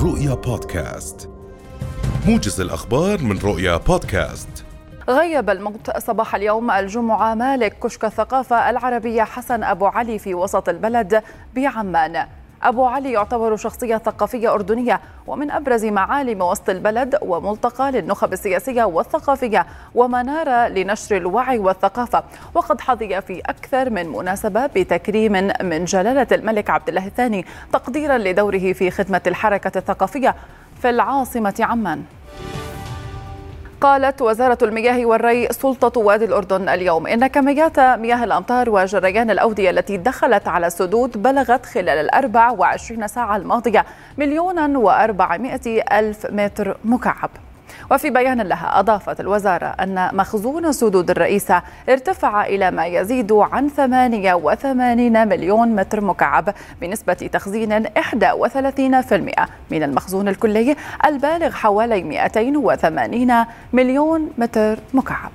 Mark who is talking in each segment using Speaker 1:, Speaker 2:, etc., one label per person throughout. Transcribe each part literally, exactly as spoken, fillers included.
Speaker 1: رؤيا بودكاست، موجز الأخبار من رؤيا بودكاست.
Speaker 2: غيب الموت صباح اليوم الجمعة مالك كشك الثقافة العربية حسن أبو علي في وسط البلد بعمان. أبو علي يعتبر شخصية ثقافية أردنية ومن أبرز معالم وسط البلد، وملتقى للنخب السياسية والثقافية ومنارة لنشر الوعي والثقافة، وقد حظي في أكثر من مناسبة بتكريم من جلالة الملك عبد الله الثاني تقديرا لدوره في خدمة الحركة الثقافية في العاصمة عمان. قالت وزارة المياه والري سلطة وادي الأردن اليوم إن كميات مياه الأمطار وجريان الأودية التي دخلت على السدود بلغت خلال الأربع وعشرين ساعة الماضية مليونا وأربعمائة ألف متر مكعب. وفي بيان لها أضافت الوزارة أن مخزون سدود الرئيسة ارتفع إلى ما يزيد عن ثمانية وثمانين مليون متر مكعب بنسبة تخزين واحد وثلاثين بالمئة من المخزون الكلي البالغ حوالي مئتين وثمانين مليون متر مكعب.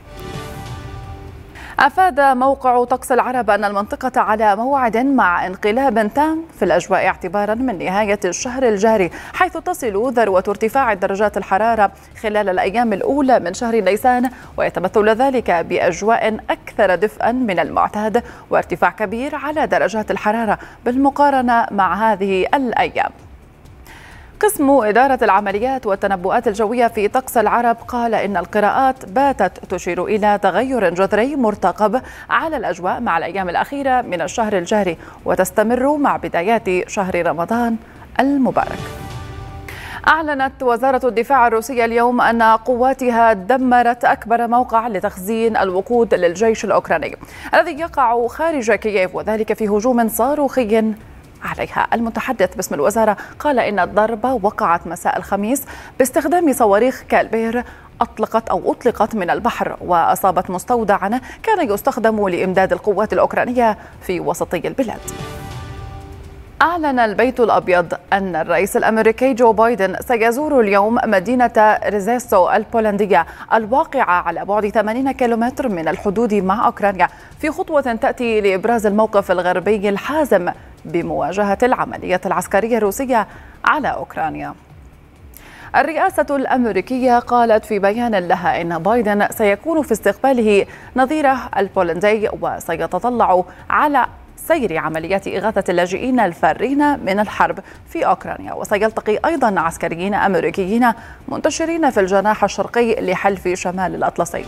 Speaker 2: أفاد موقع طقس العرب أن المنطقة على موعد مع انقلاب تام في الأجواء اعتبارا من نهاية الشهر الجاري، حيث تصل ذروة ارتفاع درجات الحرارة خلال الأيام الأولى من شهر نيسان، ويتمثل ذلك بأجواء أكثر دفئا من المعتاد وارتفاع كبير على درجات الحرارة بالمقارنة مع هذه الأيام. قسم إدارة العمليات والتنبؤات الجوية في طقس العرب قال إن القراءات باتت تشير إلى تغير جذري مرتقب على الأجواء مع الأيام الأخيرة من الشهر الجاري، وتستمر مع بدايات شهر رمضان المبارك. أعلنت وزارة الدفاع الروسية اليوم أن قواتها دمرت أكبر موقع لتخزين الوقود للجيش الأوكراني الذي يقع خارج كييف، وذلك في هجوم صاروخي عليها. المتحدث باسم الوزارة قال إن الضربة وقعت مساء الخميس باستخدام صواريخ كالبير أطلقت أو أطلقت من البحر، وأصابت مستودعا كان يستخدم لإمداد القوات الأوكرانية في وسطي البلاد. أعلن البيت الأبيض أن الرئيس الأمريكي جو بايدن سيزور اليوم مدينة ريزيسو البولندية الواقعة على بعد ثمانين كيلومتر من الحدود مع أوكرانيا، في خطوة تأتي لإبراز الموقف الغربي الحازم بمواجهة العملية العسكرية الروسية على أوكرانيا. الرئاسة الأمريكية قالت في بيان لها إن بايدن سيكون في استقباله نظيره البولندي، وسيتطلع على سير عمليات إغاثة اللاجئين الفارين من الحرب في أوكرانيا، وسيلتقي أيضا عسكريين أمريكيين منتشرين في الجناح الشرقي لحلف شمال الأطلسي.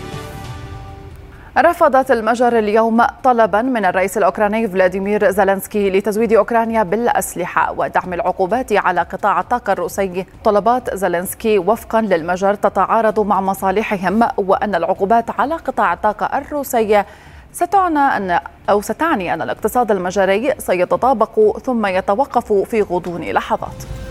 Speaker 2: رفضت المجر اليوم طلبا من الرئيس الأوكراني فلاديمير زيلينسكي لتزويد أوكرانيا بالأسلحة ودعم العقوبات على قطاع الطاقة الروسي. طلبات زيلينسكي وفقا للمجر تتعارض مع مصالحهم، وأن العقوبات على قطاع الطاقة الروسي ستعني أن أو ستعني أن الاقتصاد المجري سيتطابق ثم يتوقف في غضون لحظات.